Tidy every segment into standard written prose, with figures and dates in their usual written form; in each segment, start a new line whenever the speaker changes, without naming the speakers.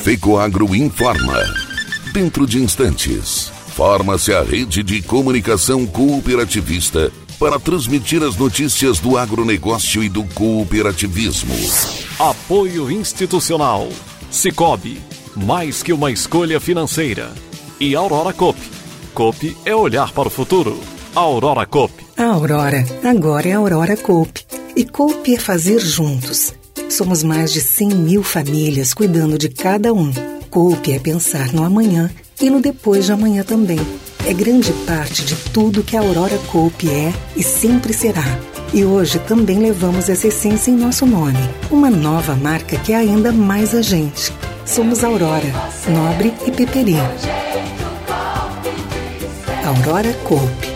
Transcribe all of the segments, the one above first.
FECOAGRO informa. Dentro de instantes, forma-se a rede de comunicação cooperativista para transmitir as notícias do agronegócio e do cooperativismo.
Apoio institucional. Cicobi, mais que uma escolha financeira. E Aurora Coop. Coop é olhar para o futuro. Aurora Coop.
A Aurora, agora é a Aurora Coop. E Coop é fazer juntos. Somos mais de 100 mil famílias cuidando de cada um. Coop é pensar no amanhã e no depois de amanhã também. É grande parte de tudo que a Aurora Coop é e sempre será. E hoje também levamos essa essência em nosso nome. Uma nova marca que é ainda mais a gente. Somos Aurora, Nobre e Peperi. Aurora Coop.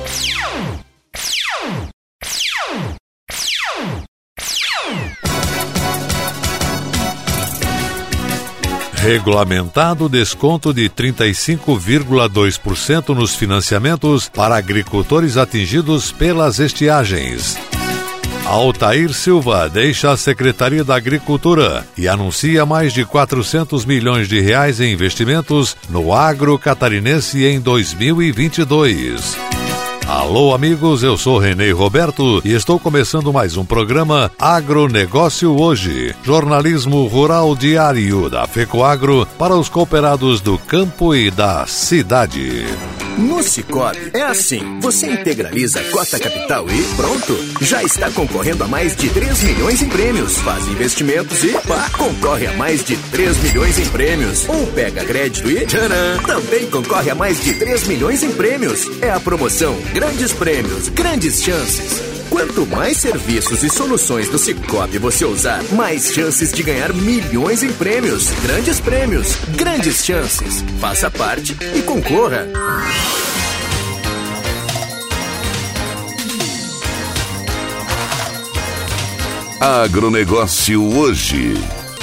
Regulamentado desconto de 35,2% nos financiamentos para agricultores atingidos pelas estiagens. Altair Silva deixa a Secretaria da Agricultura e anuncia mais de 400 milhões de reais em investimentos no agro catarinense em 2022. Alô amigos, eu sou Renê Roberto e estou começando mais um programa Agronegócio Hoje, jornalismo rural diário da FECOAGRO para os cooperados do campo e da cidade.
No Cicobi é assim, você integraliza a cota capital e pronto, já está concorrendo a mais de 3 milhões em prêmios. Faz investimentos e concorre a mais de 3 milhões em prêmios. Ou pega crédito e tcharam, também concorre a mais de 3 milhões em prêmios. É a promoção Grandes Prêmios, Grandes Chances. Quanto mais serviços e soluções do Cicobi você usar, mais chances de ganhar milhões em prêmios. Grandes prêmios, grandes chances. Faça parte e concorra.
Agronegócio Hoje.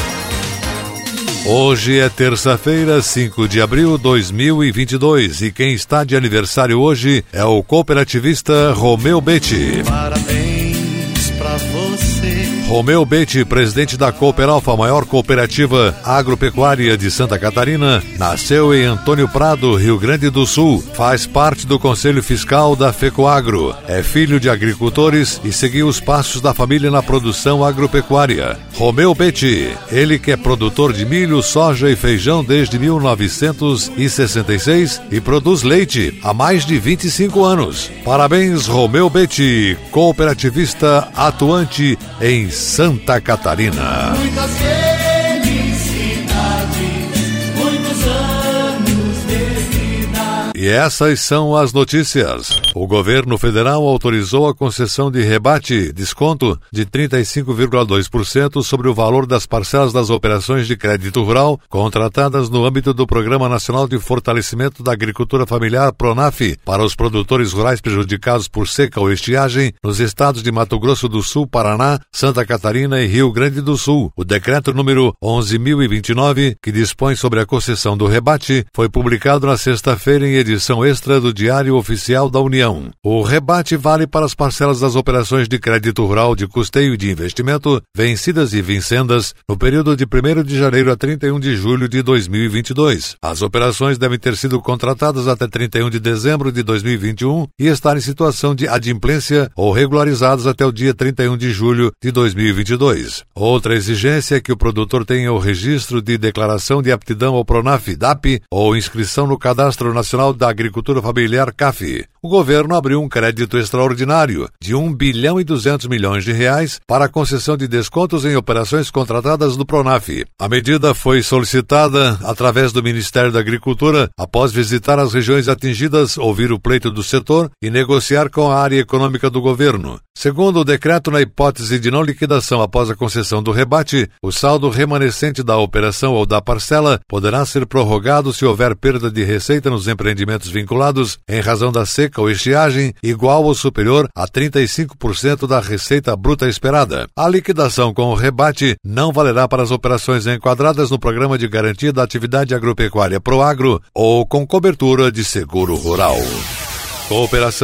Hoje é terça-feira, 5 de abril de 2022 e quem está de aniversário hoje é o cooperativista Romeu Betti.
Parabéns pra você.
Romeu Betti, presidente da Cooperalfa, a maior cooperativa agropecuária de Santa Catarina, nasceu em Antônio Prado, Rio Grande do Sul. Faz parte do Conselho Fiscal da FECOAGRO. É filho de agricultores e seguiu os passos da família na produção agropecuária. Romeu Betti, ele que é produtor de milho, soja e feijão desde 1966 e produz leite há mais de 25 anos. Parabéns, Romeu Betti, cooperativista atuante em Santa Catarina.
Muitas felicidades, muitos anos de vida.
E essas são as notícias. O governo federal autorizou a concessão de rebate, desconto de 35,2% sobre o valor das parcelas das operações de crédito rural contratadas no âmbito do Programa Nacional de Fortalecimento da Agricultura Familiar, PRONAF, para os produtores rurais prejudicados por seca ou estiagem nos estados de Mato Grosso do Sul, Paraná, Santa Catarina e Rio Grande do Sul. O decreto número 11.029, que dispõe sobre a concessão do rebate, foi publicado na sexta-feira em edição extra do Diário Oficial da União. O rebate vale para as parcelas das operações de crédito rural de custeio e de investimento vencidas e vincendas no período de 1º de janeiro a 31 de julho de 2022. As operações devem ter sido contratadas até 31 de dezembro de 2021 e estar em situação de adimplência ou regularizadas até o dia 31 de julho de 2022. Outra exigência é que o produtor tenha o registro de declaração de aptidão ao PRONAF, DAP, ou inscrição no Cadastro Nacional da Agricultura Familiar, CAF. O governo abriu um crédito extraordinário de 1 bilhão e 200 milhões de reais para a concessão de descontos em operações contratadas do PRONAF. A medida foi solicitada através do Ministério da Agricultura após visitar as regiões atingidas, ouvir o pleito do setor e negociar com a área econômica do governo. Segundo o decreto, na hipótese de não liquidação após a concessão do rebate, o saldo remanescente da operação ou da parcela poderá ser prorrogado se houver perda de receita nos empreendimentos vinculados em razão da seca ou estiagem igual ou superior a 35% da receita bruta esperada. A liquidação com o rebate não valerá para as operações enquadradas no Programa de Garantia da Atividade Agropecuária PROAGRO ou com cobertura de seguro rural. Cooperação,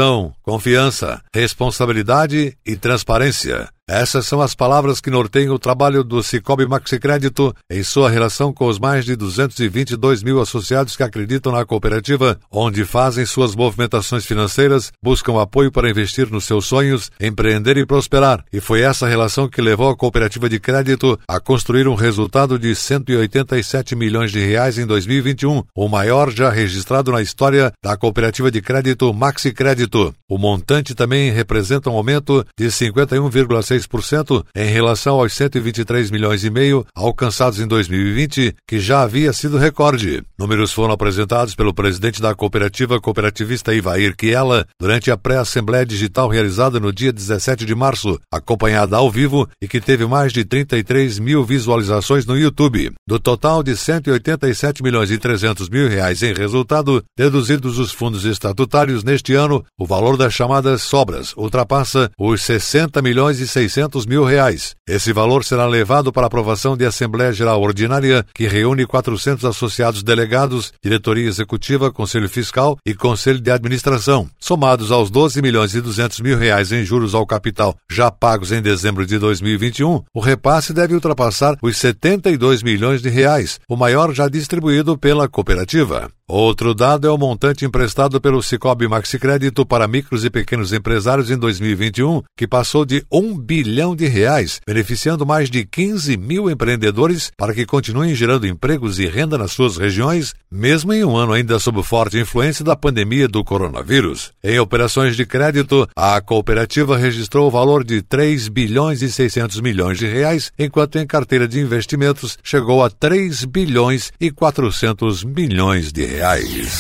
confiança, responsabilidade e transparência. Essas são as palavras que norteiam o trabalho do Sicoob Maxicrédito em sua relação com os mais de 222 mil associados que acreditam na cooperativa, onde fazem suas movimentações financeiras, buscam apoio para investir nos seus sonhos, empreender e prosperar. E foi essa relação que levou a cooperativa de crédito a construir um resultado de 187 milhões de reais em 2021, o maior já registrado na história da cooperativa de crédito Maxicrédito. O montante também representa um aumento de 51,6% em relação aos 123 milhões e meio alcançados em 2020, que já havia sido recorde. Números foram apresentados pelo presidente da cooperativa cooperativista Ivair Kiela durante a pré-assembleia digital realizada no dia 17 de março, acompanhada ao vivo e que teve mais de 33 mil visualizações no YouTube. Do total de 187 milhões e 300 mil reais em resultado, deduzidos os fundos estatutários neste ano, o valor das chamadas sobras ultrapassa os 60 milhões e 600 mil reais. Esse valor será levado para aprovação de Assembleia Geral Ordinária, que reúne 400 associados delegados, diretoria executiva, conselho fiscal e conselho de administração. Somados aos 12 milhões e 200 mil reais em juros ao capital já pagos em dezembro de 2021, o repasse deve ultrapassar os 72 milhões de reais, o maior já distribuído pela cooperativa. Outro dado é o montante emprestado pelo Sicoob Maxicrédito para micros e pequenos empresários em 2021, que passou de 1 bilhão de reais, beneficiando mais de 15 mil empreendedores para que continuem gerando empregos e renda nas suas regiões, mesmo em um ano ainda sob forte influência da pandemia do coronavírus. Em operações de crédito, a cooperativa registrou o valor de 3 bilhões e 600 milhões de reais, enquanto em carteira de investimentos chegou a 3 bilhões e 400 milhões de reais.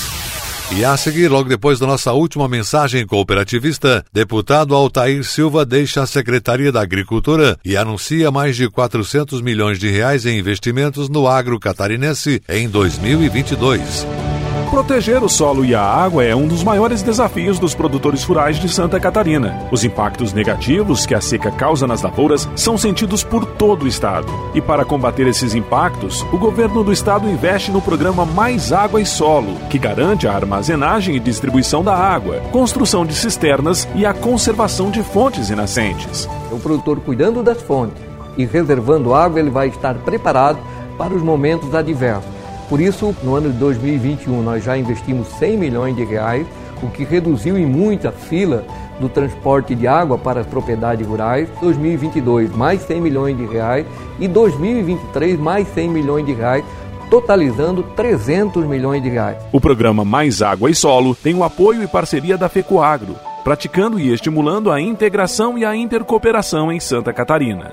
E a seguir, logo depois da nossa última mensagem cooperativista, deputado Altair Silva deixa a Secretaria da Agricultura e anuncia mais de 400 milhões de reais em investimentos no agro catarinense em 2022.
Proteger o solo e a água é um dos maiores desafios dos produtores rurais de Santa Catarina. Os impactos negativos que a seca causa nas lavouras são sentidos por todo o estado. E para combater esses impactos, o governo do estado investe no programa Mais Água e Solo, que garante a armazenagem e distribuição da água, construção de cisternas e a conservação de fontes e nascentes.
O produtor cuidando das fontes e reservando água, ele vai estar preparado para os momentos adversos. Por isso, no ano de 2021, nós já investimos 100 milhões de reais, o que reduziu em muito a fila do transporte de água para as propriedades rurais. 2022, mais 100 milhões de reais e 2023, mais 100 milhões de reais, totalizando 300 milhões de reais.
O programa Mais Água e Solo tem o apoio e parceria da FECOAGRO, praticando e estimulando a integração e a intercooperação em Santa Catarina.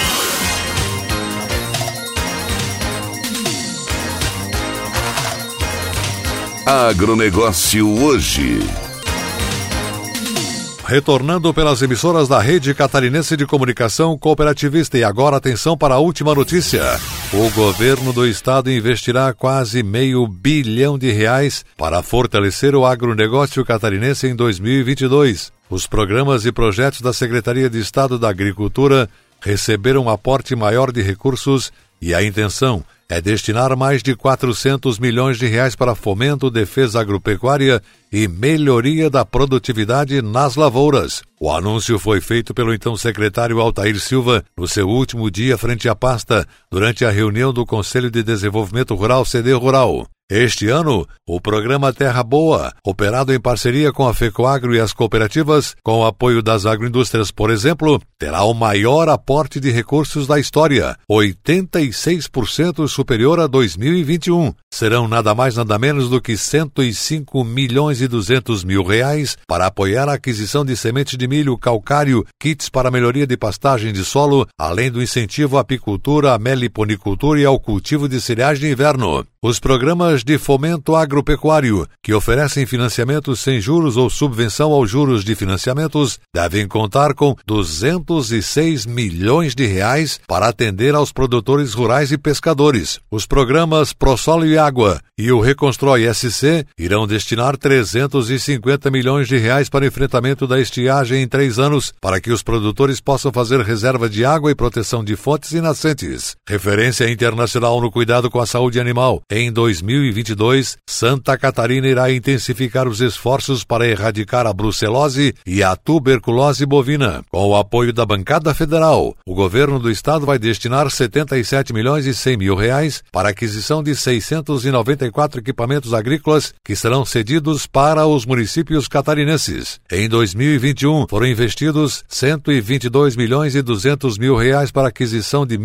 Agronegócio hoje.
Retornando pelas emissoras da Rede Catarinense de Comunicação Cooperativista. E agora atenção para a última notícia. O governo do estado investirá quase R$500 bilhão para fortalecer o agronegócio catarinense em 2022. Os programas e projetos da Secretaria de Estado da Agricultura receberam um aporte maior de recursos e a intenção é destinar mais de 400 milhões de reais para fomento, defesa agropecuária e melhoria da produtividade nas lavouras. O anúncio foi feito pelo então secretário Altair Silva no seu último dia frente à pasta, durante a reunião do Conselho de Desenvolvimento Rural, CD Rural. Este ano, o programa Terra Boa, operado em parceria com a FECOAGRO e as cooperativas, com o apoio das agroindústrias, por exemplo, terá o maior aporte de recursos da história, 86% superior a 2021. Serão nada mais nada menos do que 105 milhões e 200 mil reais para apoiar a aquisição de sementes de milho, calcário, kits para melhoria de pastagem de solo, além do incentivo à apicultura, à meliponicultura e ao cultivo de cereais de inverno. Os programas de fomento agropecuário, que oferecem financiamentos sem juros ou subvenção aos juros de financiamentos, devem contar com 206 milhões de reais para atender aos produtores rurais e pescadores. Os programas ProSolo e água e o Reconstrói SC irão destinar 350 milhões de reais para enfrentamento da estiagem em 3 anos, para que os produtores possam fazer reserva de água e proteção de fontes e nascentes. Referência internacional no cuidado com a saúde animal. Em 2022, Santa Catarina irá intensificar os esforços para erradicar a brucelose e a tuberculose bovina. Com o apoio da bancada federal, o governo do estado vai destinar 77 milhões e 100 mil reais para a aquisição de 694 equipamentos agrícolas que serão cedidos para os municípios catarinenses. Em 2021, foram investidos 122 milhões e 200 mil reais para a aquisição de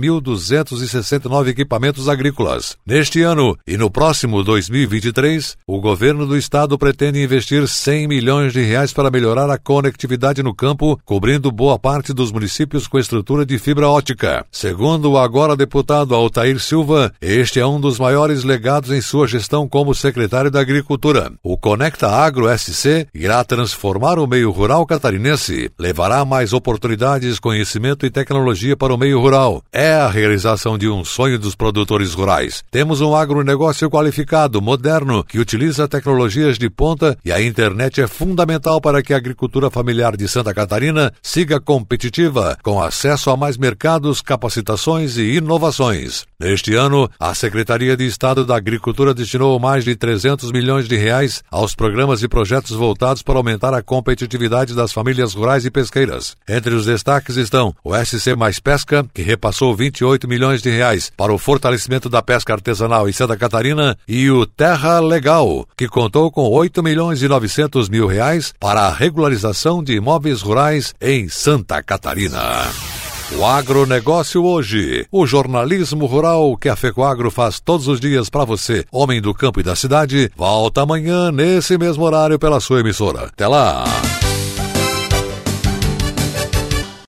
1.269 equipamentos agrícolas. Neste ano e no próximo 2023, o governo do estado pretende investir 100 milhões de reais para melhorar a conectividade no campo, cobrindo boa parte dos municípios com estrutura de fibra ótica. Segundo o agora deputado Altair Silva, este é um dos maiores legados em sua gestão como secretário da Agricultura. O Conecta Agro SC irá transformar o meio rural catarinense, levará mais oportunidades, conhecimento e tecnologia para o meio rural. É a realização de um sonho dos produtores rurais. Temos um agronegócio qualificado, moderno, que utiliza tecnologias de ponta, e a internet é fundamental para que a agricultura familiar de Santa Catarina siga competitiva, com acesso a mais mercados, capacitações e inovações. Neste ano, a Secretaria de Estado da Agricultura destinou mais de 300 milhões de reais aos programas e projetos voltados para aumentar a competitividade das famílias rurais e pesqueiras. Entre os destaques estão o SC Mais Pesca, que repassou 28 milhões de reais para o fortalecimento da pesca artesanal em Santa Catarina, e o Terra Legal, que contou com 8 milhões e 900 mil reais para a regularização de imóveis rurais em Santa Catarina. O agronegócio hoje, o jornalismo rural que a FECOAGRO faz todos os dias para você, homem do campo e da cidade, volta amanhã nesse mesmo horário pela sua emissora. Até lá!